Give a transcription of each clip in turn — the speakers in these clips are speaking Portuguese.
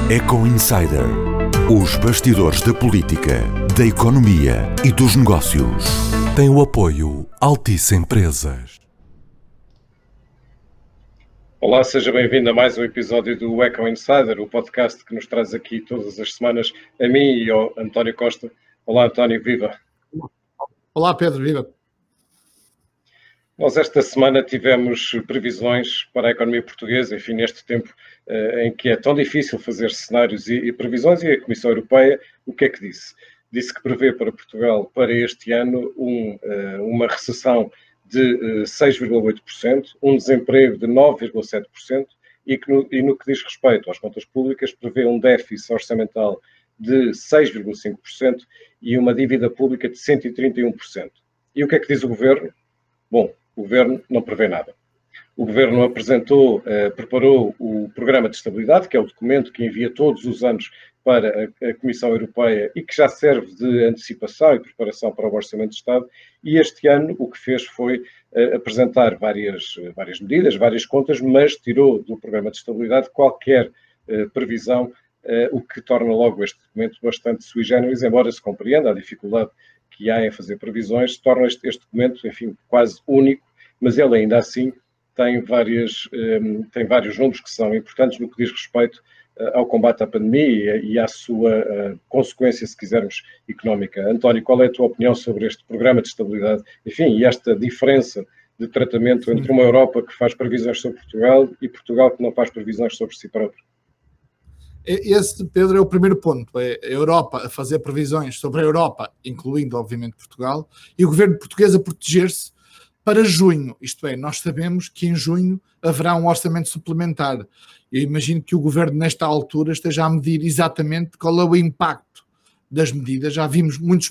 Eco Insider. Os bastidores da política, da economia e dos negócios. Tem o apoio Altice Empresas. Olá, seja bem-vindo a mais um episódio do Eco Insider, o podcast que nos traz aqui todas as semanas a mim e ao António Costa. Olá, António, viva! Olá, Pedro, viva! Nós esta semana tivemos previsões para a economia portuguesa, enfim, neste tempo em que é tão difícil fazer cenários e previsões, e a Comissão Europeia, o que é que disse? Disse que prevê para Portugal, para este ano, uma recessão de 6,8%, um desemprego de 9,7% e no que diz respeito às contas públicas, prevê um déficit orçamental de 6,5% e uma dívida pública de 131%. E o que é que diz o Governo? Bom, o Governo não prevê nada. O Governo preparou o Programa de Estabilidade, que é o documento que envia todos os anos para a Comissão Europeia e que já serve de antecipação e preparação para o Orçamento de Estado, e este ano o que fez foi apresentar várias medidas, várias contas, mas tirou do Programa de Estabilidade qualquer previsão, o que torna logo este documento bastante sui generis, embora se compreenda a dificuldade que há em fazer previsões, torna este documento, enfim, quase único, mas ele ainda assim tem vários números que são importantes no que diz respeito ao combate à pandemia e à sua consequência, se quisermos, económica. António, qual é a tua opinião sobre este programa de estabilidade? Enfim, e esta diferença de tratamento entre uma Europa que faz previsões sobre Portugal e Portugal que não faz previsões sobre si próprio? Esse, Pedro, é o primeiro ponto. É a Europa a fazer previsões sobre a Europa, incluindo, obviamente, Portugal, e o governo português a proteger-se para junho. Isto é, nós sabemos que em junho haverá um orçamento suplementar. Eu imagino que o governo, nesta altura, esteja a medir exatamente qual é o impacto das medidas. Já vimos muitos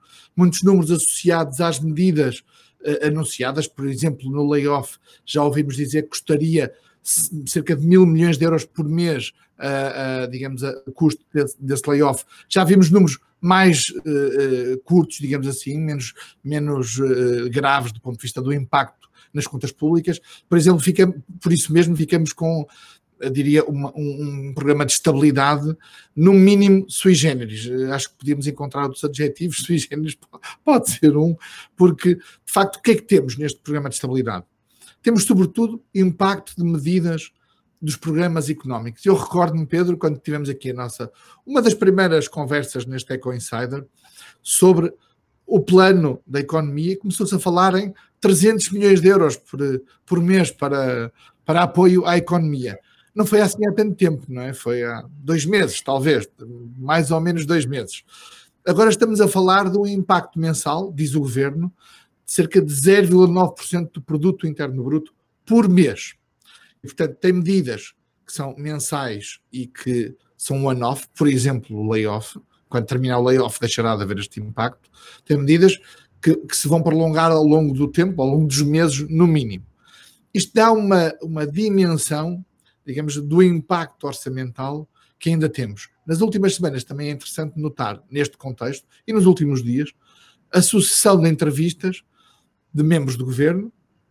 números associados às medidas anunciadas. Por exemplo, no layoff, já ouvimos dizer que custaria cerca de 1.000 milhões de euros por mês, digamos, o custo desse layoff. Já vimos números mais curtos, digamos assim, menos graves do ponto de vista do impacto nas contas públicas. Por exemplo, por isso mesmo ficamos com, eu diria, um programa de estabilidade, no mínimo sui generis. Acho que podíamos encontrar outros adjetivos. Sui generis pode ser porque, de facto, o que é que temos neste programa de estabilidade? Temos, sobretudo, impacto de medidas dos programas económicos. Eu recordo-me, Pedro, quando tivemos aqui uma das primeiras conversas neste Eco Insider sobre o plano da economia, começou-se a falar em 300 milhões de euros por mês para apoio à economia. Não foi assim há tanto tempo, não é? Foi há 2 meses, talvez, mais ou menos 2 meses. Agora estamos a falar de um impacto mensal, diz o Governo, de cerca de 0,9% do produto interno bruto por mês. E, portanto, tem medidas que são mensais e que são one-off, por exemplo, o layoff. Quando terminar o layoff deixará de haver este impacto. Tem medidas que se vão prolongar ao longo do tempo, ao longo dos meses, no mínimo. Isto dá uma dimensão, digamos, do impacto orçamental que ainda temos. Nas últimas semanas também é interessante notar, neste contexto, e nos últimos dias, a sucessão de entrevistas de membros do Governo,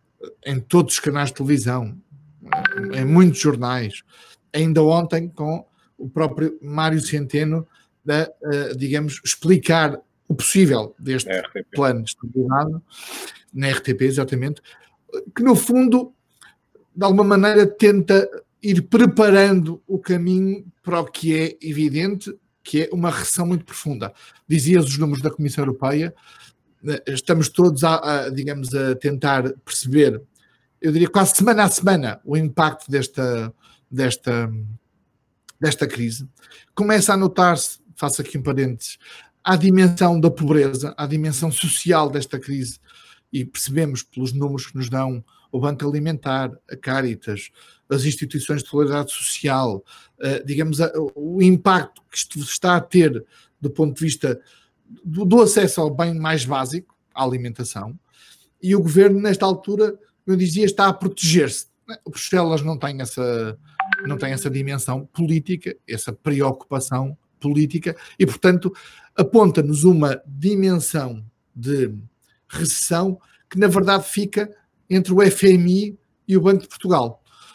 em todos os canais de televisão, em muitos jornais, ainda ontem com o próprio Mário Centeno, digamos, explicar o possível deste plano de estabilidade, na RTP, exatamente, que no fundo, de alguma maneira, tenta ir preparando o caminho para o que é evidente, que é uma recessão muito profunda. Dizias os números da Comissão Europeia, estamos todos digamos, a tentar perceber, eu diria quase semana a semana, o impacto desta crise. Começa a notar-se, faço aqui um parênteses, a dimensão da pobreza, a dimensão social desta crise, e percebemos pelos números que nos dão o Banco Alimentar, a Caritas, as instituições de solidariedade social, digamos, o impacto que isto está a ter do ponto de vista do acesso ao bem mais básico, à alimentação, e o Governo, nesta altura, eu dizia, está a proteger-se. O Bruxelas não tem essa dimensão política, essa preocupação política, e, portanto, aponta-nos uma dimensão de recessão que, na verdade, fica entre o FMI e o Banco de Portugal.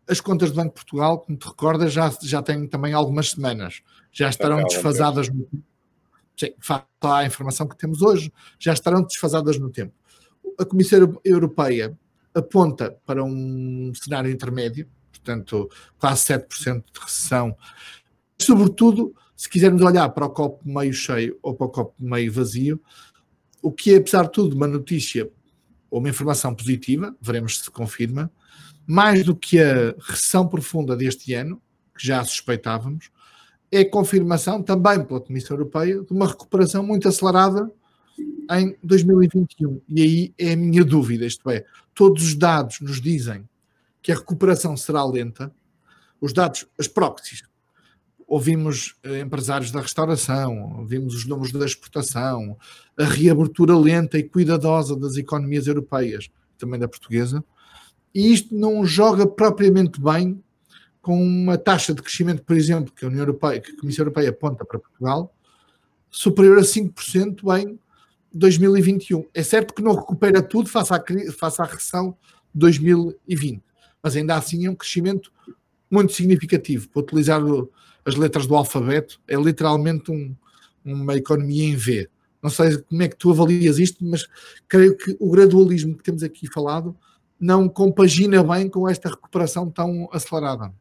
As contas do Banco de Portugal, como te recordas, já têm também algumas semanas. Já estarão desfasadas no tempo. Sim, face à informação que temos hoje, já estarão desfasadas no tempo. A Comissão Europeia aponta para um cenário intermédio, portanto, quase 7% de recessão. Sobretudo, se quisermos olhar para o copo meio cheio ou para o copo meio vazio, o que é, apesar de tudo, uma notícia ou uma informação positiva, veremos se confirma, mais do que a recessão profunda deste ano, que já suspeitávamos, é a confirmação também pela Comissão Europeia de uma recuperação muito acelerada em 2021. E aí é a minha dúvida, isto é, todos os dados nos dizem que a recuperação será lenta, os dados, as proxies, ouvimos empresários da restauração, ouvimos os números da exportação, a reabertura lenta e cuidadosa das economias europeias, também da portuguesa, e isto não joga propriamente bem com uma taxa de crescimento, por exemplo, que a União Europeia, que a Comissão Europeia aponta para Portugal, superior a 5% em 2021. É certo que não recupera tudo face à recessão de 2020, mas ainda assim é um crescimento muito significativo. Para utilizar as letras do alfabeto, é literalmente uma economia em V. Não sei como é que tu avalias isto, mas creio que o gradualismo que temos aqui falado não compagina bem com esta recuperação tão acelerada.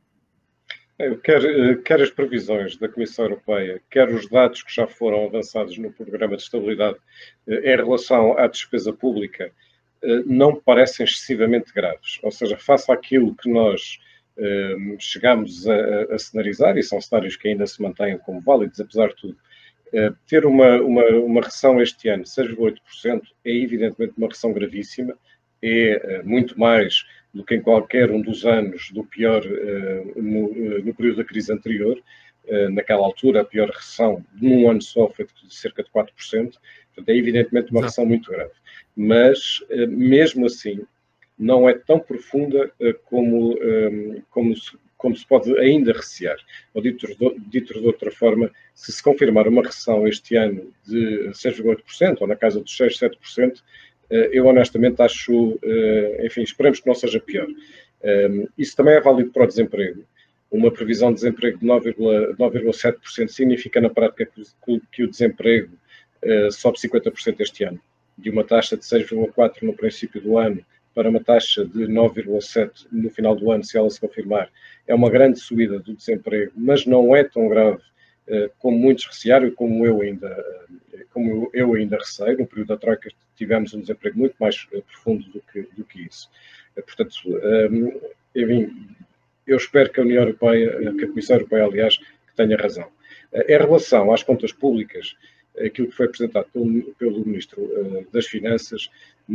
Quer as previsões da Comissão Europeia, quer os dados que já foram avançados no Programa de Estabilidade em relação à despesa pública, não parecem excessivamente graves. Ou seja, face àquilo que nós chegamos a cenarizar, e são cenários que ainda se mantêm como válidos, apesar de tudo, ter uma recessão este ano de 6,8% é evidentemente uma recessão gravíssima, é muito mais do que em qualquer um dos anos do pior no período da crise anterior. Naquela altura, a pior recessão num ano só foi de cerca de 4%. Portanto, é evidentemente uma recessão muito grave. Mas, mesmo assim, não é tão profunda como se pode ainda recear. Ou dito de outra forma, se confirmar uma recessão este ano de 6,8%, ou na casa dos 6, 7%, eu honestamente acho, enfim, esperemos que não seja pior. Isso também é válido para o desemprego. Uma previsão de desemprego de 9,7% significa na prática que o desemprego sobe 50% este ano. De uma taxa de 6,4% no princípio do ano para uma taxa de 9,7% no final do ano, se ela se confirmar. É uma grande subida do desemprego, mas não é tão grave como muitos recearam e como eu ainda receio. No período da Troika tivemos um desemprego muito mais profundo do que isso. Portanto, enfim, eu espero que a União Europeia, que a Comissão Europeia, aliás, que tenha razão. Em relação às contas públicas, aquilo que foi apresentado pelo Ministro das Finanças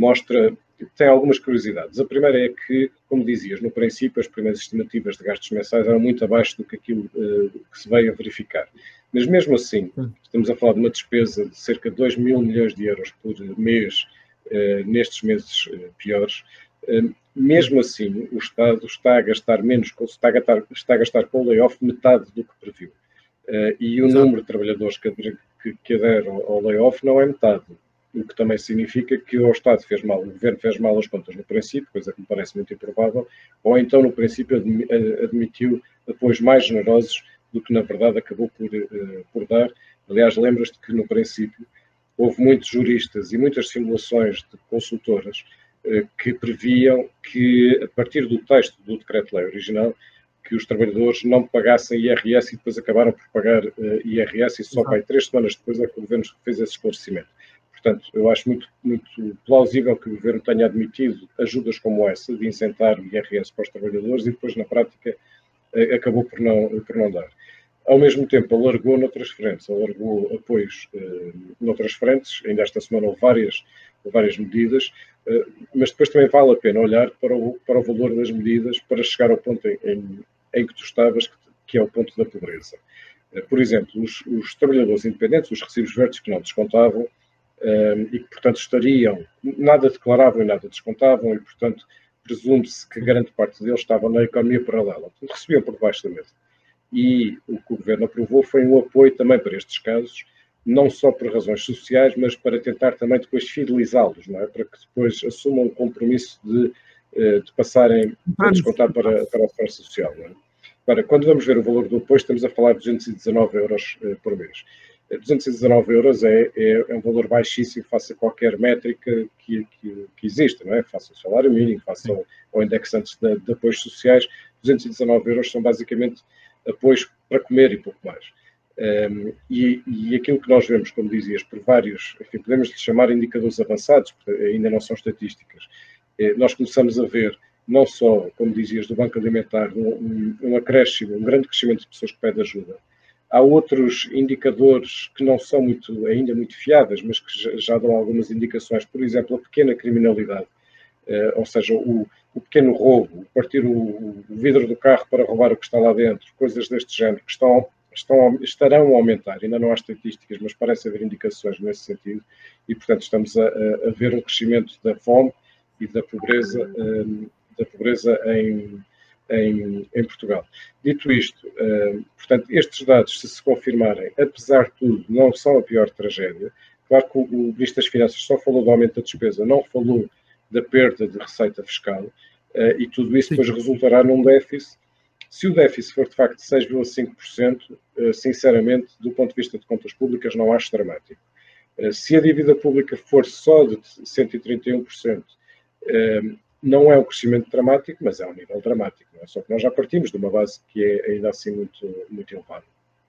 tem algumas curiosidades. A primeira é que, como dizias, no princípio as primeiras estimativas de gastos mensais eram muito abaixo do que aquilo que se veio a verificar. Mas mesmo assim, estamos a falar de uma despesa de cerca de 2 mil milhões de euros por mês nestes meses piores. Mesmo assim, o Estado está a gastar menos, está a gastar com o layoff metade do que previu. E o número de trabalhadores que aderam ao layoff não é metade, o que também significa que o Estado fez mal, o Governo fez mal as contas no princípio, coisa que me parece muito improvável, ou então no princípio admitiu apoios mais generosos do que na verdade acabou por dar. Aliás, lembras-te que no princípio houve muitos juristas e muitas simulações de consultoras que previam que, a partir do texto do decreto-lei original, que os trabalhadores não pagassem IRS e depois acabaram por pagar IRS e só para 3 semanas depois é que o Governo fez esse esclarecimento. Portanto, eu acho muito, muito plausível que o Governo tenha admitido ajudas como essa, de isentar o IRS para os trabalhadores e depois, na prática, acabou por não dar. Ao mesmo tempo, alargou noutras frentes, alargou apoios noutras frentes. Ainda esta semana houve várias medidas, mas depois também vale a pena olhar para o valor das medidas para chegar ao ponto em que tu estavas, que é o ponto da pobreza. Por exemplo, os trabalhadores independentes, os recibos verdes que não descontavam e que, portanto, nada declaravam e nada descontavam e, portanto, presume-se que grande parte deles estavam na economia paralela, portanto, recebiam por debaixo da mesa. E o que o Governo aprovou foi um apoio também para estes casos, não só por razões sociais, mas para tentar também depois fidelizá-los, não é? Para que depois assumam o compromisso de de passarem a descontar para a segurança social. Não é? Agora, quando vamos ver o valor do apoio, estamos a falar de 219 euros por mês. 219 euros é um valor baixíssimo face a qualquer métrica que exista, não é? Face ao salário mínimo, face ao indexante de apoios sociais. 219 euros são basicamente apoios para comer e pouco mais. E aquilo que nós vemos, como dizias, por vários, enfim, podemos lhe chamar indicadores avançados, porque ainda não são estatísticas, nós começamos a ver, não só, como dizias, do Banco Alimentar, um acréscimo, um grande crescimento de pessoas que pedem ajuda. Há outros indicadores que não são ainda muito fiáveis, mas que já dão algumas indicações, por exemplo, a pequena criminalidade, ou seja, o pequeno roubo, partir o vidro do carro para roubar o que está lá dentro, coisas deste género, que estarão a aumentar. Ainda não há estatísticas, mas parece haver indicações nesse sentido, e, portanto, estamos a ver um crescimento da fome e da pobreza em Portugal. Dito isto, portanto, estes dados, se confirmarem, apesar de tudo, não são a pior tragédia. Claro que o Ministro das Finanças só falou do aumento da despesa, não falou da perda de receita fiscal, e tudo isso depois resultará num déficit. Se o déficit for de facto de 6,5%, sinceramente, do ponto de vista de contas públicas, não acho dramático. Se a dívida pública for só de 131%, não é um crescimento dramático, mas é um nível dramático. Não é? Só que nós já partimos de uma base que é ainda assim muito elevada.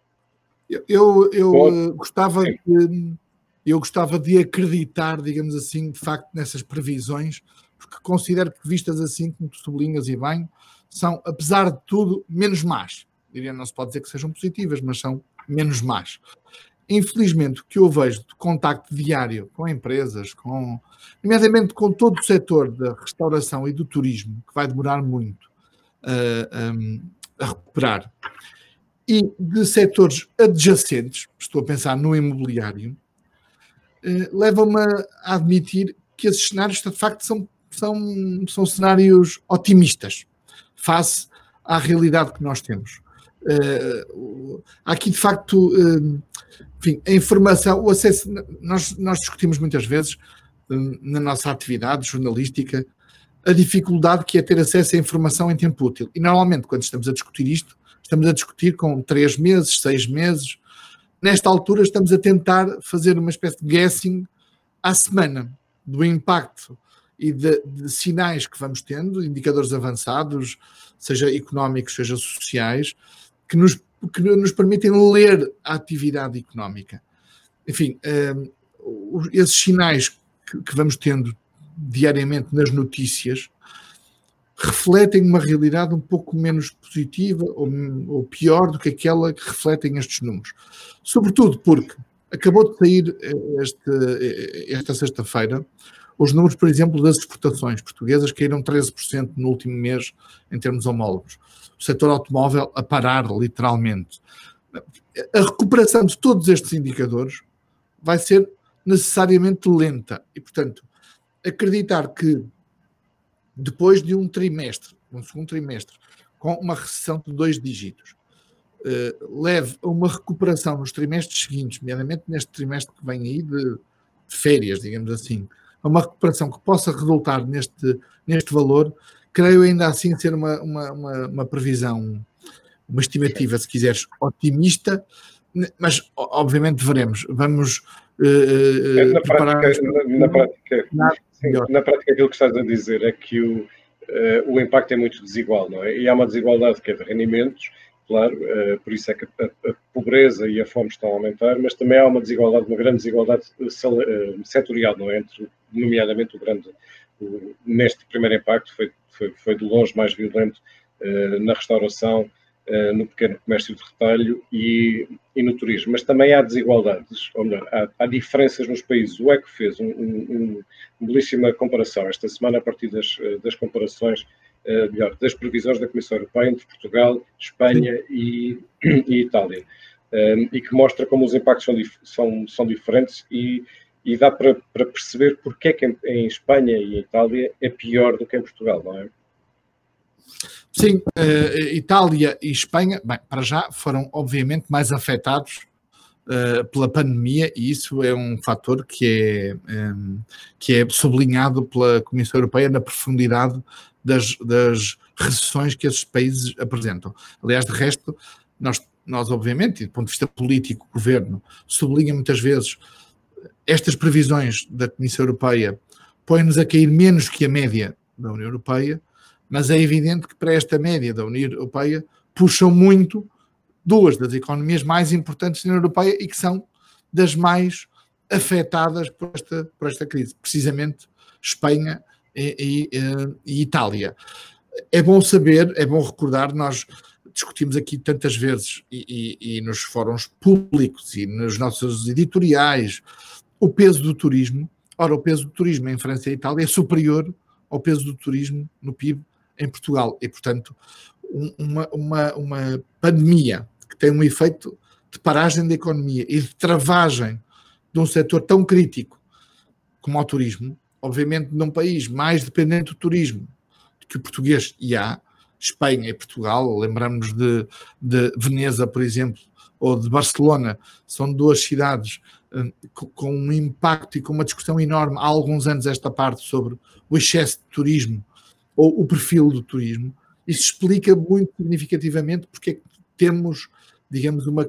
Eu gostava de acreditar, digamos assim, de facto, nessas previsões, porque considero que, vistas assim, como tu sublinhas e bem, são, apesar de tudo, menos más. Não se pode dizer que sejam positivas, mas são menos más. Infelizmente, o que eu vejo de contacto diário com empresas, nomeadamente com todo o setor da restauração e do turismo, que vai demorar muito a recuperar, e de setores adjacentes, estou a pensar no imobiliário, leva-me a admitir que esses cenários, de facto, são cenários otimistas face à realidade que nós temos. Há aqui, de facto, enfim, a informação, o acesso, nós discutimos muitas vezes na nossa atividade jornalística a dificuldade que é ter acesso à informação em tempo útil. E normalmente, quando estamos a discutir isto, estamos a discutir com 3 meses, 6 meses. Nesta altura, estamos a tentar fazer uma espécie de guessing à semana do impacto e de sinais que vamos tendo, indicadores avançados, seja económicos, seja sociais, que nos permitem ler a atividade económica. Enfim, esses sinais que vamos tendo diariamente nas notícias refletem uma realidade um pouco menos positiva ou pior do que aquela que refletem estes números. Sobretudo porque acabou de sair esta sexta-feira os números, por exemplo, das exportações portuguesas caíram 13% no último mês em termos homólogos. O setor automóvel a parar, literalmente. A recuperação de todos estes indicadores vai ser necessariamente lenta. E, portanto, acreditar que depois de um segundo trimestre, com uma recessão de 2 dígitos, leve a uma recuperação nos trimestres seguintes, nomeadamente neste trimestre que vem aí de férias, digamos assim, a uma recuperação que possa resultar neste valor, creio ainda assim ser uma previsão, uma estimativa, se quiseres, otimista, mas obviamente veremos. Vamos na prática aquilo que estás a dizer é que o impacto é muito desigual, não é? E há uma desigualdade que é de rendimentos, claro, por isso é que a pobreza e a fome estão a aumentar, mas também há uma grande desigualdade setorial, não é? Nomeadamente neste primeiro impacto foi de longe mais violento na restauração, no pequeno comércio de retalho e no turismo. Mas também há desigualdades, ou melhor, há diferenças nos países. O ECO fez uma belíssima comparação esta semana a partir das comparações, das previsões da Comissão Europeia entre Portugal, Espanha e Itália, e que mostra como os impactos são diferentes e dá para perceber porque é que em Espanha e em Itália é pior do que em Portugal, não é? Sim, Itália e Espanha, bem, para já foram obviamente mais afetados pela pandemia, e isso é um fator que é sublinhado pela Comissão Europeia na profundidade das recessões que esses países apresentam. Aliás, de resto, nós obviamente, e do ponto de vista político, o Governo sublinha muitas vezes estas previsões da Comissão Europeia põem-nos a cair menos que a média da União Europeia, mas é evidente que para esta média da União Europeia puxam muito duas das economias mais importantes da União Europeia e que são das mais afetadas por esta crise, precisamente Espanha e Itália. É bom saber, é bom recordar, nós discutimos aqui tantas vezes e nos fóruns públicos e nos nossos editoriais o peso do turismo. Ora, o peso do turismo em França e Itália é superior ao peso do turismo no PIB em Portugal e, portanto, uma pandemia que tem um efeito de paragem da economia e de travagem de um setor tão crítico como o turismo, obviamente num país mais dependente do turismo que o português e há, Espanha e Portugal, lembramos de Veneza, por exemplo, ou de Barcelona, são duas cidades com um impacto e com uma discussão enorme há alguns anos esta parte sobre o excesso de turismo ou o perfil do turismo. Isso explica muito significativamente porque é que temos, digamos, uma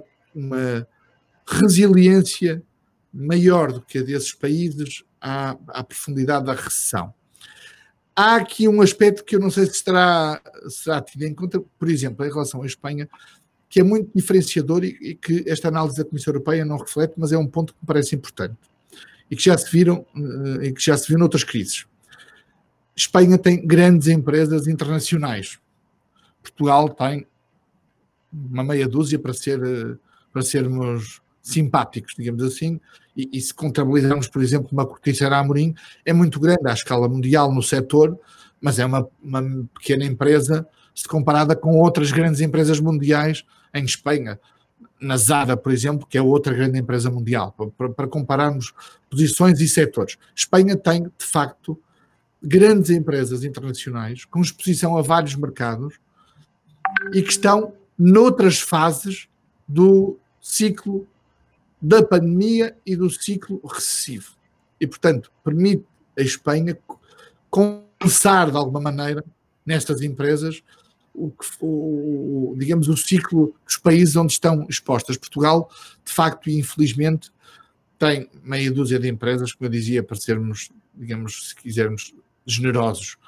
resiliência maior do que a desses países à profundidade da recessão. Há aqui um aspecto que eu não sei se será tido em conta, por exemplo, em relação à Espanha, que é muito diferenciador e que esta análise da Comissão Europeia não reflete, mas é um ponto que me parece importante e que já se viu noutras crises. Espanha tem grandes empresas internacionais. Portugal tem uma meia dúzia para sermos simpáticos, digamos assim, e se contabilizarmos, por exemplo, uma Corticeira Amorim, é muito grande à escala mundial no setor, mas é uma pequena empresa se comparada com outras grandes empresas mundiais em Espanha. Na Zara, por exemplo, que é outra grande empresa mundial, para compararmos posições e setores. Espanha tem, de facto, grandes empresas internacionais com exposição a vários mercados e que estão noutras fases do ciclo da pandemia e do ciclo recessivo. E, portanto, permite a Espanha compensar, de alguma maneira, nestas empresas, digamos, o ciclo dos países onde estão expostas. Portugal, de facto e infelizmente, tem meia dúzia de empresas, como eu dizia, para sermos, digamos, se quisermos, generosos,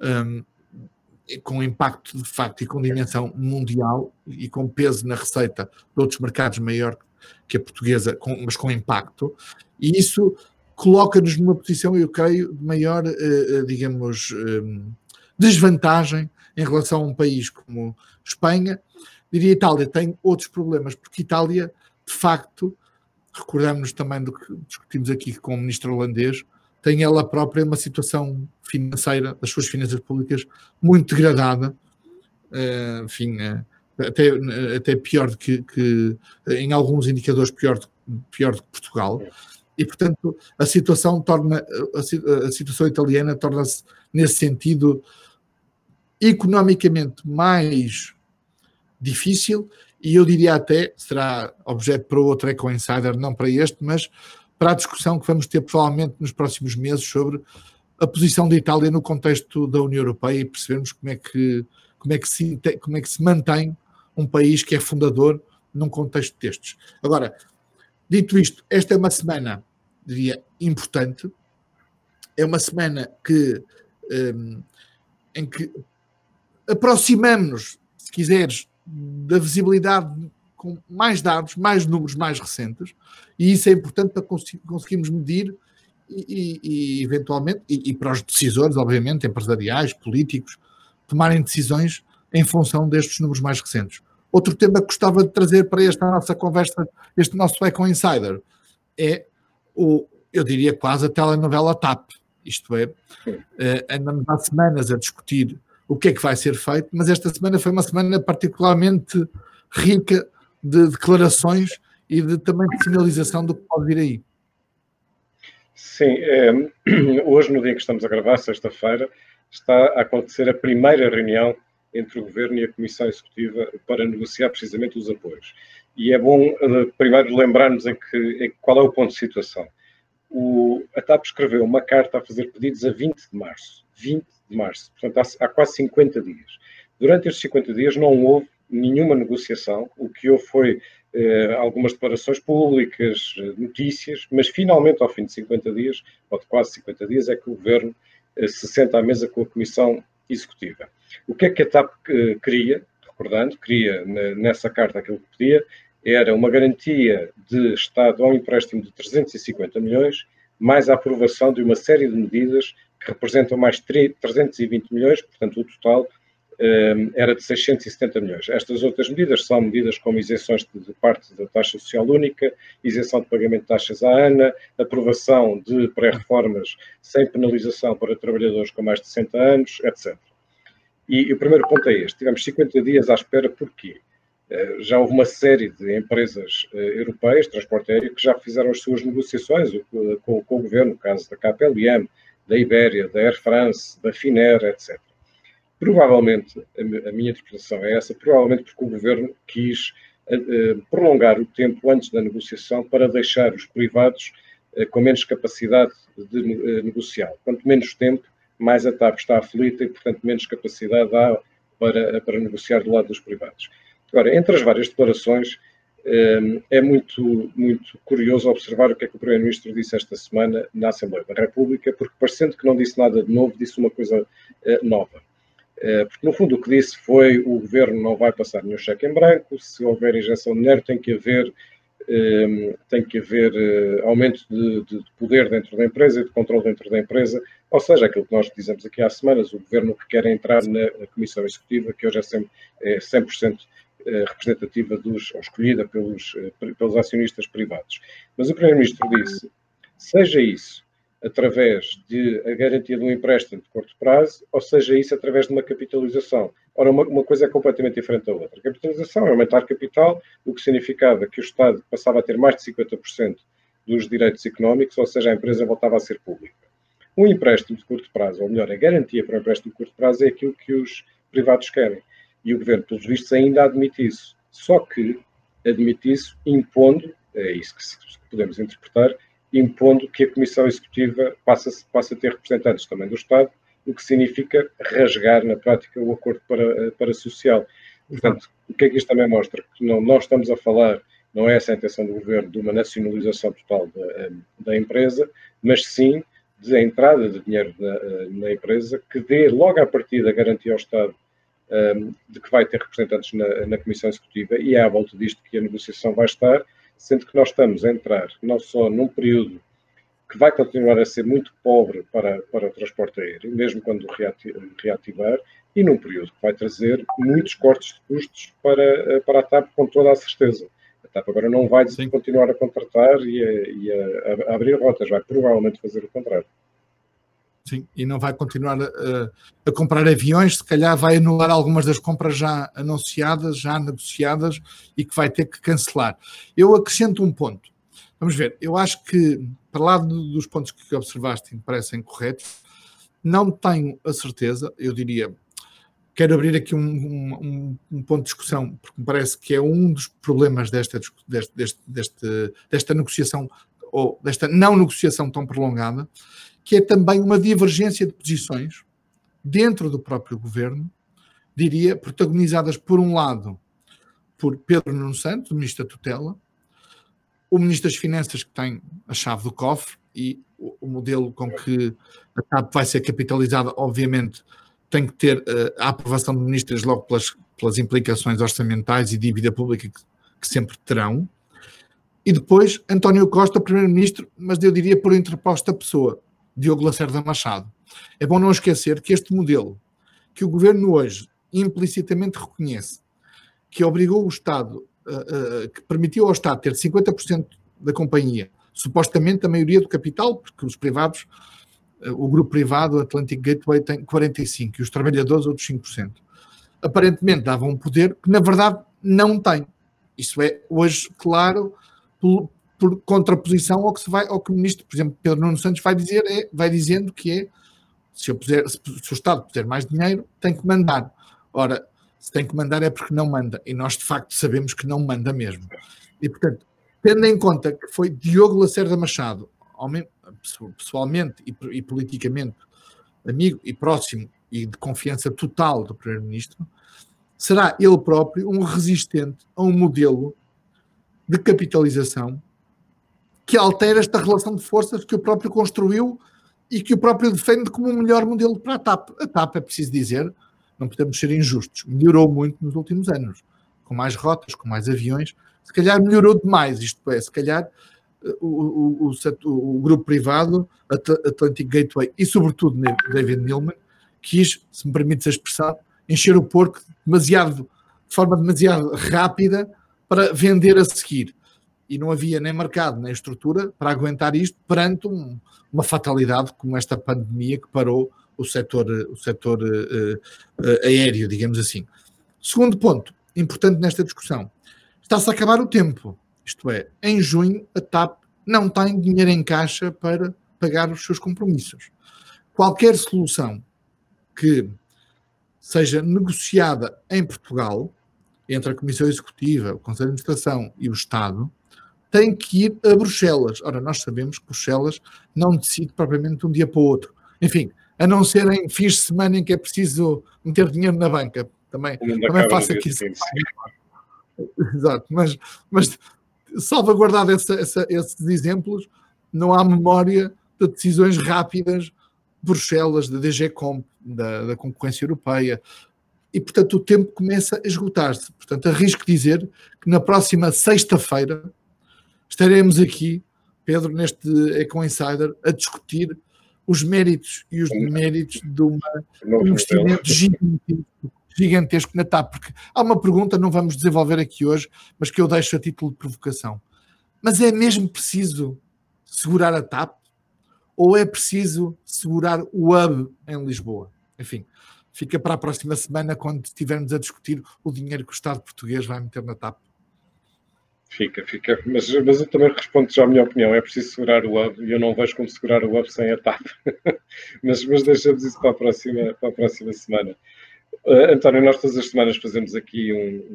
com impacto, de facto, e com dimensão mundial e com peso na receita de outros mercados maior que a portuguesa, mas com impacto, e isso coloca-nos numa posição, eu creio, de maior, digamos, desvantagem em relação a um país como Espanha. Diria Itália tem outros problemas, porque Itália, de facto, recordamos também do que discutimos aqui com o ministro holandês, tem ela própria uma situação financeira das suas finanças públicas muito degradada, enfim, até pior do que em alguns indicadores pior do que Portugal, e portanto a situação italiana torna-se nesse sentido economicamente mais difícil, e eu diria até, será objeto para outro Eco Insider, não para este, mas para a discussão que vamos ter provavelmente nos próximos meses sobre a posição da Itália no contexto da União Europeia e percebermos como é que se mantém um país que é fundador num contexto destes. Agora, dito isto, esta é uma semana, diria, importante, é uma semana em que aproximamos-nos, se quiseres, da visibilidade com mais dados, mais números mais recentes, e isso é importante para conseguirmos medir e eventualmente, e para os decisores, obviamente, empresariais, políticos, tomarem decisões em função destes números mais recentes. Outro tema que gostava de trazer para esta nossa conversa, este nosso Eco Insider, é eu diria quase a telenovela TAP. Isto é, andamos há semanas a discutir o que é que vai ser feito, mas esta semana foi uma semana particularmente rica de declarações e também de sinalização do que pode vir aí. Sim, hoje, no dia em que estamos a gravar, sexta-feira, está a acontecer a primeira reunião entre o Governo e a Comissão Executiva para negociar precisamente os apoios. E é bom, primeiro, lembrarmos qual é o ponto de situação. a TAP escreveu uma carta a fazer pedidos a 20 de março. 20 de março. Portanto, há quase 50 dias. Durante estes 50 dias não houve nenhuma negociação. O que houve foi algumas declarações públicas, notícias, mas finalmente, ao fim de 50 dias, ou de quase 50 dias, é que o Governo se senta à mesa com a Comissão Executiva. O que é que a TAP queria? Recordando, queria nessa carta aquilo que pedia, era uma garantia de Estado ao empréstimo de 350 milhões, mais a aprovação de uma série de medidas que representam mais 320 milhões, portanto o total era de 670 milhões. Estas outras medidas são medidas como isenções de parte da taxa social única, isenção de pagamento de taxas à ANA, aprovação de pré-reformas sem penalização para trabalhadores com mais de 60 anos, etc. E o primeiro ponto é este. Tivemos 50 dias à espera, porquê? Já houve uma série de empresas europeias de transporte aéreo que já fizeram as suas negociações com o governo, no caso da KPLM, da Ibéria, da Air France, da Finnair, etc. Provavelmente, a minha interpretação é essa, provavelmente porque o governo quis prolongar o tempo antes da negociação para deixar os privados com menos capacidade de negociar. Quanto menos tempo, mais a TAP está aflita e, portanto, menos capacidade há para negociar do lado dos privados. Agora, entre as várias declarações, é muito, muito curioso observar o que é que o Primeiro-Ministro disse esta semana na Assembleia da República, porque, parecendo que não disse nada de novo, disse uma coisa nova. Porque, no fundo, o que disse foi o Governo não vai passar nenhum cheque em branco, se houver injeção de dinheiro tem que haver aumento de poder dentro da empresa e de controle dentro da empresa, ou seja, aquilo que nós dizemos aqui há semanas, o Governo que quer entrar na Comissão Executiva, que hoje é 100% representativa ou escolhida pelos acionistas privados. Mas o Primeiro-Ministro disse, seja isso através de a garantia de um empréstimo de curto prazo, ou seja isso através de uma capitalização. Ora, uma coisa é completamente diferente da outra. A capitalização é aumentar capital, o que significava que o Estado passava a ter mais de 50% dos direitos económicos, ou seja, a empresa voltava a ser pública. Um empréstimo de curto prazo, ou melhor, a garantia para um empréstimo de curto prazo é aquilo que os privados querem. E o Governo, pelos vistos, ainda admite isso. Só que admite isso impondo, é isso que podemos interpretar, impondo que a Comissão Executiva passe a ter representantes também do Estado, o que significa rasgar, na prática, o acordo para social. Portanto, o que é que isto também mostra? Que não estamos a falar, não é essa a intenção do Governo, de uma nacionalização total da empresa, mas sim de entrada de dinheiro na empresa, que dê logo à partida garantia ao Estado de que vai ter representantes na Comissão Executiva, e é à volta disto que a negociação vai estar, sendo que nós estamos a entrar não só num período que vai continuar a ser muito pobre para o transporte aéreo, mesmo quando reativar, e num período que vai trazer muitos cortes de custos para a TAP, com toda a certeza. A TAP agora não vai continuar a contratar e a abrir rotas, vai provavelmente fazer o contrário. Sim, e não vai continuar a comprar aviões, se calhar vai anular algumas das compras já anunciadas, já negociadas e que vai ter que cancelar. Eu acrescento um ponto. Vamos ver, eu acho que, para lá dos pontos que observaste e me parecem corretos, não tenho a certeza, eu diria, quero abrir aqui um ponto de discussão, porque me parece que é um dos problemas desta negociação, ou desta não negociação tão prolongada, que é também uma divergência de posições dentro do próprio governo, diria, protagonizadas por um lado por Pedro Nuno Santos, o Ministro da Tutela, o Ministro das Finanças, que tem a chave do cofre, e o modelo com que a TAP vai ser capitalizada, obviamente, tem que ter a aprovação de ministros logo pelas implicações orçamentais e dívida pública que sempre terão. E depois, António Costa, Primeiro-Ministro, mas eu diria por interposta pessoa, Diogo Lacerda Machado. É bom não esquecer que este modelo, que o Governo hoje implicitamente reconhece, que obrigou o Estado, que permitiu ao Estado ter 50% da companhia, supostamente a maioria do capital, porque os privados, o grupo privado, o Atlantic Gateway, tem 45% e os trabalhadores outros 5%. Aparentemente dava um poder que, na verdade, não tem. Isso é, hoje, claro, por contraposição ao que o Ministro, por exemplo, Pedro Nuno Santos vai dizendo que é, se o Estado puser mais dinheiro, tem que mandar. Ora, se tem que mandar é porque não manda. E nós, de facto, sabemos que não manda mesmo. E, portanto, tendo em conta que foi Diogo Lacerda Machado, pessoalmente e politicamente amigo e próximo e de confiança total do Primeiro-Ministro, será ele próprio um resistente a um modelo de capitalização que altera esta relação de forças que o próprio construiu e que o próprio defende como o melhor modelo para a TAP. A TAP, é preciso dizer, não podemos ser injustos, melhorou muito nos últimos anos, com mais rotas, com mais aviões, se calhar melhorou demais, isto é, se calhar o grupo privado, Atlantic Gateway e sobretudo David Neeleman, quis, se me permites a expressão, encher o porco de forma demasiado rápida para vender a seguir. E não havia nem mercado, nem estrutura para aguentar isto perante uma fatalidade como esta pandemia que parou o setor aéreo, digamos assim. Segundo ponto, importante nesta discussão, está-se a acabar o tempo. Isto é, em junho a TAP não tem dinheiro em caixa para pagar os seus compromissos. Qualquer solução que seja negociada em Portugal, entre a Comissão Executiva, o Conselho de Administração e o Estado, tem que ir a Bruxelas. Ora, nós sabemos que Bruxelas não decide propriamente de um dia para o outro. Enfim, a não ser em fins de semana em que é preciso meter dinheiro na banca. Também faço aqui isso. Exato, mas salvaguardado esses exemplos, não há memória de decisões rápidas de Bruxelas, da DGCOMP, da concorrência europeia, e portanto o tempo começa a esgotar-se. Portanto, arrisco dizer que na próxima sexta-feira estaremos aqui, Pedro, neste Econ Insider, a discutir os méritos e os deméritos de um investimento gigantesco na TAP, porque há uma pergunta, não vamos desenvolver aqui hoje, mas que eu deixo a título de provocação. Mas é mesmo preciso segurar a TAP? Ou é preciso segurar o hub em Lisboa? Enfim, fica para a próxima semana, quando estivermos a discutir o dinheiro que o Estado português vai meter na TAP. Fica. Mas eu também respondo já a minha opinião. É preciso segurar o hub e eu não vejo como segurar o hub sem a TAP. mas deixamos isso para a próxima semana. António, nós todas as semanas fazemos aqui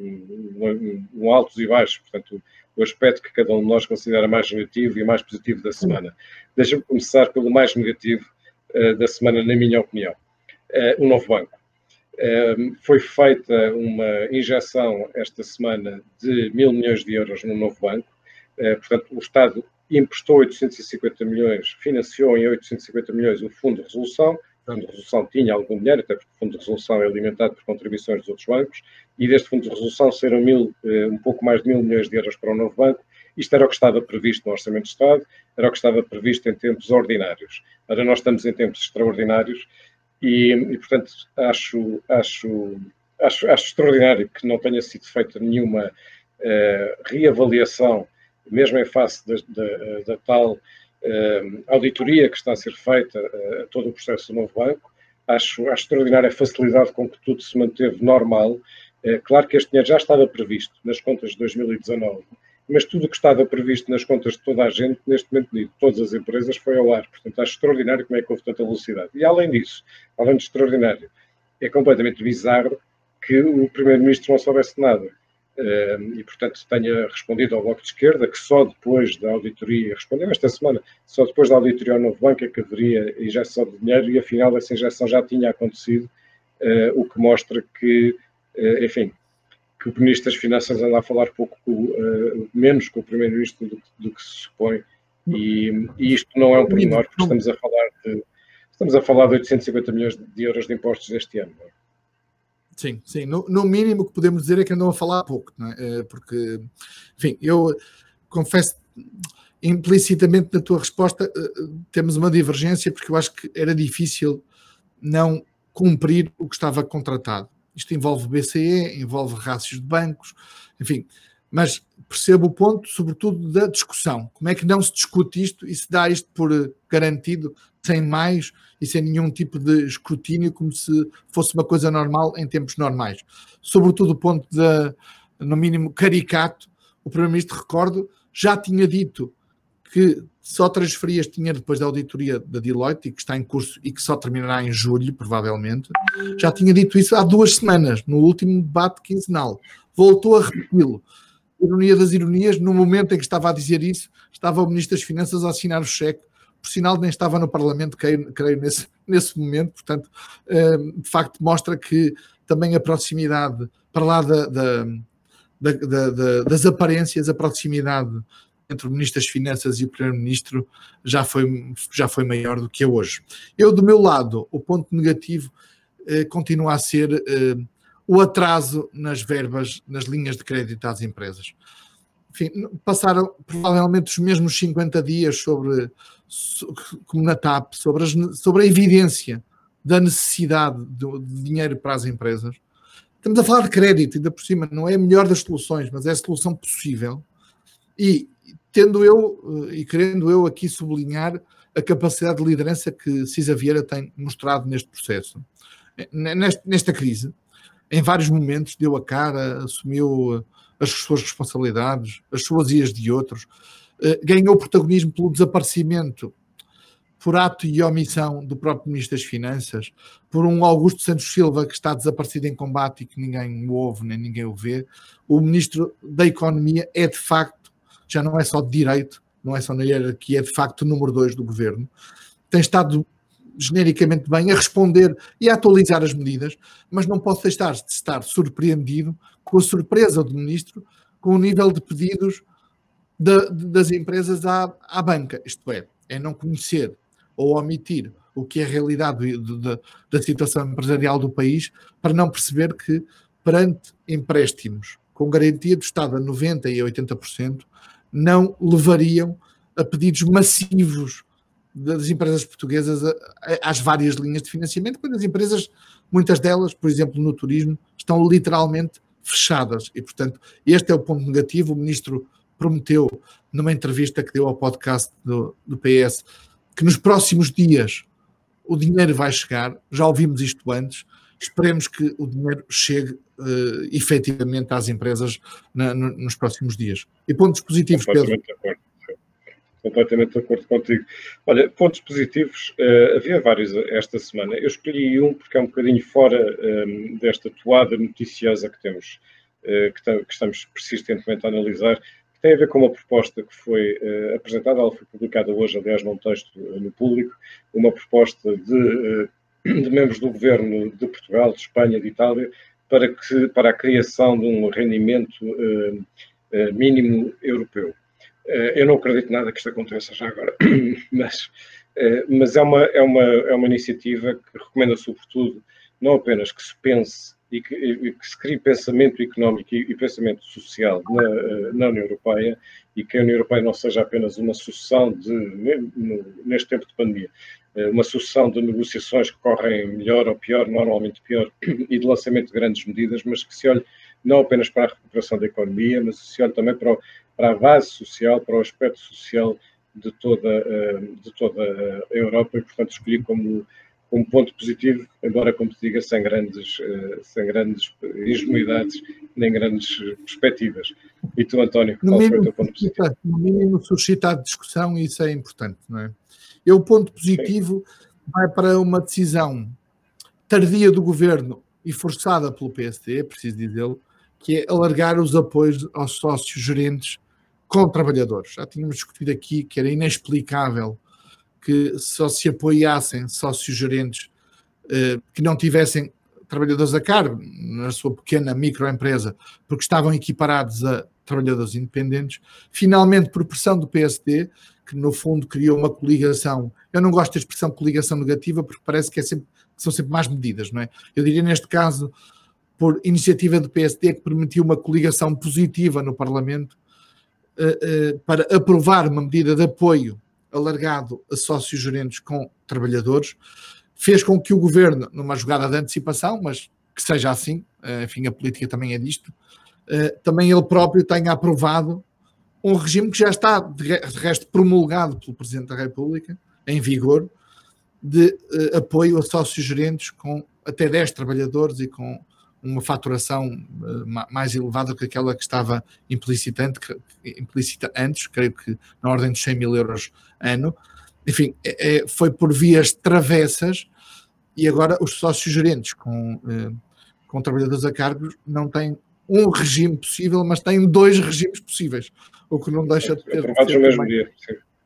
um altos e baixos, portanto, o aspecto que cada um de nós considera mais negativo e mais positivo da semana. Deixa-me começar pelo mais negativo da semana, na minha opinião. O novo banco. Foi feita uma injeção esta semana de 1.000 milhões de euros no novo banco. Portanto, o Estado emprestou 850 milhões, financiou em 850 milhões o Fundo de Resolução. O Fundo de Resolução tinha algum dinheiro, até porque o Fundo de Resolução é alimentado por contribuições dos outros bancos, e deste Fundo de Resolução serão um pouco mais de 1.000 milhões de euros para o novo banco. Isto era o que estava previsto no Orçamento de Estado, era o que estava previsto em tempos ordinários. Agora nós estamos em tempos extraordinários e portanto, acho extraordinário que não tenha sido feita nenhuma reavaliação, mesmo em face da tal auditoria que está a ser feita a todo o processo do novo banco. Acho extraordinária a facilidade com que tudo se manteve normal. Claro que este dinheiro já estava previsto nas contas de 2019, mas tudo o que estava previsto nas contas de toda a gente, neste momento, de todas as empresas, foi ao ar. Portanto, acho extraordinário como é que houve tanta velocidade. E além disso, além de extraordinário, é completamente bizarro que o Primeiro-Ministro não soubesse nada. E, portanto, tenha respondido ao Bloco de Esquerda que só depois da auditoria, respondeu esta semana, só depois da auditoria ao novo banco é que haveria injeção de dinheiro e, afinal, essa injeção já tinha acontecido, o que mostra que, enfim, que o Ministro das Finanças anda a falar menos com o Primeiro-Ministro do que se supõe, e isto não é um pormenor, porque estamos a falar de 850 milhões de euros de impostos este ano. Não é? Sim. No mínimo o que podemos dizer é que andam a falar pouco, não é? Porque, enfim, eu confesso implicitamente na tua resposta temos uma divergência, porque eu acho que era difícil não cumprir o que estava contratado. Isto envolve BCE, envolve rácios de bancos, enfim, mas percebo o ponto, sobretudo, da discussão. Como é que não se discute isto e se dá isto por garantido, sem mais e sem nenhum tipo de escrutínio, como se fosse uma coisa normal em tempos normais. Sobretudo o ponto no mínimo, caricato, o Primeiro-Ministro, recordo, já tinha dito que só transferia este dinheiro depois da auditoria da Deloitte, e que está em curso e que só terminará em julho, provavelmente. Já tinha dito isso há 2 semanas, no último debate quinzenal. Voltou a repeti-lo. Ironia das ironias, no momento em que estava a dizer isso, estava o Ministro das Finanças a assinar o cheque por sinal nem estava no Parlamento, creio nesse momento, portanto, de facto mostra que também a proximidade, para lá das aparências, a proximidade entre o Ministro das Finanças e o Primeiro-Ministro já foi maior do que é hoje. Eu, do meu lado, o ponto negativo continua a ser o atraso nas verbas, nas linhas de crédito às empresas. Enfim, passaram provavelmente os mesmos 50 dias como na TAP, sobre a evidência da necessidade de dinheiro para as empresas. Estamos a falar de crédito, ainda por cima, não é a melhor das soluções, mas é a solução possível. E querendo eu aqui sublinhar a capacidade de liderança que Cisa Vieira tem mostrado neste processo. Nesta crise, em vários momentos, deu a cara, assumiu as suas responsabilidades, as suas e as de outros, ganhou protagonismo pelo desaparecimento, por ato e omissão do próprio Ministro das Finanças, por um Augusto Santos Silva que está desaparecido em combate e que ninguém o ouve nem ninguém o vê. O Ministro da Economia é de facto, já não é só de direito, não é só na hierarquia, é de facto o número 2 do governo. Tem estado genericamente bem a responder e a atualizar as medidas, mas não posso deixar de estar surpreendido com a surpresa do Ministro com o nível de pedidos das empresas à banca, isto é não conhecer ou omitir o que é a realidade da situação empresarial do país, para não perceber que perante empréstimos com garantia do Estado a 90% e a 80%, não levariam a pedidos massivos das empresas portuguesas às várias linhas de financiamento, quando as empresas, muitas delas, por exemplo, no turismo, estão literalmente fechadas. E, portanto, este é o ponto negativo. O Ministro prometeu, numa entrevista que deu ao podcast do PS, que nos próximos dias o dinheiro vai chegar. Já ouvimos isto antes. Esperemos que o dinheiro chegue efetivamente às empresas nos próximos dias. E pontos positivos, Pedro? Completamente de acordo contigo. Olha, pontos positivos, havia vários esta semana. Eu escolhi um porque é um bocadinho fora desta toada noticiosa que temos, que estamos persistentemente a analisar, que tem a ver com uma proposta que foi apresentada, ela foi publicada hoje, aliás, num texto no Público, uma proposta de membros do governo de Portugal, de Espanha, de Itália, para a criação de um rendimento mínimo europeu. Eu não acredito nada que isto aconteça já agora, mas é uma iniciativa que recomenda, sobretudo, não apenas que se pense e que se crie pensamento económico e pensamento social na União Europeia, e que a União Europeia não seja apenas uma sucessão neste tempo de pandemia, uma sucessão de negociações que correm melhor ou pior, normalmente pior, e de lançamento de grandes medidas, mas que se olhe não apenas para a recuperação da economia, mas se olhe também para a base social, para o aspecto social de toda a Europa, e, portanto, escolhi como ponto positivo, embora, como te diga, sem grandes ingenuidades nem grandes perspectivas. E tu, António, qual foi o teu ponto positivo? No mínimo suscitar discussão, e isso é importante, não é? O ponto positivo vai para uma decisão tardia do Governo e forçada pelo PSD, preciso dizê-lo, que é alargar os apoios aos sócios gerentes com trabalhadores. Já tínhamos discutido aqui que era inexplicável que só se apoiassem sócios gerentes que não tivessem trabalhadores a cargo na sua pequena microempresa, porque estavam equiparados a trabalhadores independentes. Finalmente, por pressão do PSD, que no fundo criou uma coligação. Eu não gosto da expressão coligação negativa, porque parece que são sempre más medidas, não é? Eu diria, neste caso, por iniciativa do PSD, que permitiu uma coligação positiva no Parlamento para aprovar uma medida de apoio alargado a sócios gerentes com trabalhadores, fez com que o Governo, numa jogada de antecipação, mas que seja assim, enfim, a política também é disto, também ele próprio tenha aprovado um regime que já está, de resto, promulgado pelo Presidente da República, em vigor, de apoio a sócios gerentes com até 10 trabalhadores e com uma faturação mais elevada que aquela que estava implícita antes, creio que na ordem de 100 mil euros ano. Enfim, foi por vias travessas, e agora os sócios gerentes com trabalhadores a cargo não têm um regime possível, mas têm 2 regimes possíveis, o que não deixa de ter... Aprovados no mesmo dia, sim.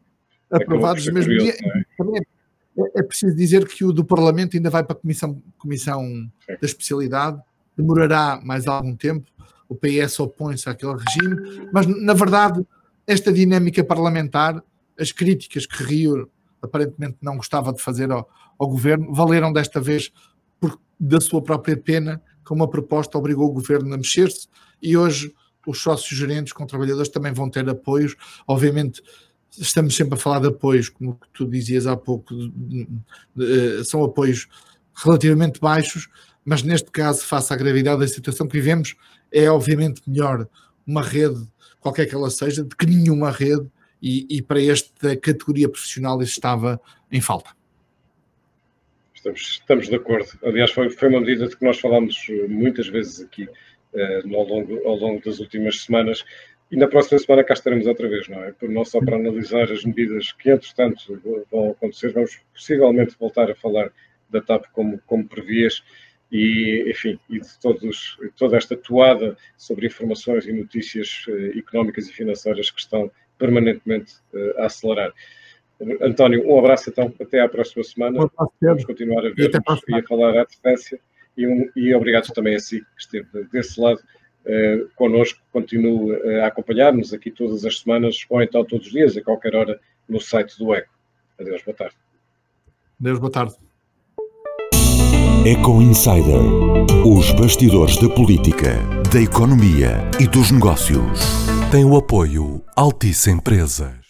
aprovados no mesmo dia. Também é preciso dizer que o do Parlamento ainda vai para a Comissão da Especialidade, demorará mais algum tempo, o PS opõe-se àquele regime, mas na verdade esta dinâmica parlamentar, as críticas que Rio aparentemente não gostava de fazer ao governo, valeram desta vez da sua própria pena, com uma proposta obrigou o governo a mexer-se, e hoje os sócios gerentes com trabalhadores também vão ter apoios. Obviamente estamos sempre a falar de apoios, como tu dizias há pouco, são apoios relativamente baixos, mas neste caso, face à gravidade da situação que vivemos, é obviamente melhor uma rede, qualquer que ela seja, do que nenhuma rede, e para esta categoria profissional isso estava em falta. Estamos de acordo. Aliás, foi uma medida de que nós falámos muitas vezes aqui ao longo das últimas semanas, e na próxima semana cá estaremos outra vez, não só para analisar as medidas que, entretanto, vão acontecer. Vamos possivelmente voltar a falar da TAP como previas, e, enfim, e de toda esta toada sobre informações e notícias económicas e financeiras que estão permanentemente a acelerar. António, um abraço então, até à próxima semana. Vamos continuar a ver e a falar à distância, e obrigado também a si que esteve desse lado connosco. Continue a acompanhar-nos aqui todas as semanas, ou então todos os dias, a qualquer hora, no site do Eco. Adeus, boa tarde. Adeus, boa tarde. Eco Insider. Os bastidores da política, da economia e dos negócios. Tem o apoio Altice Empresas.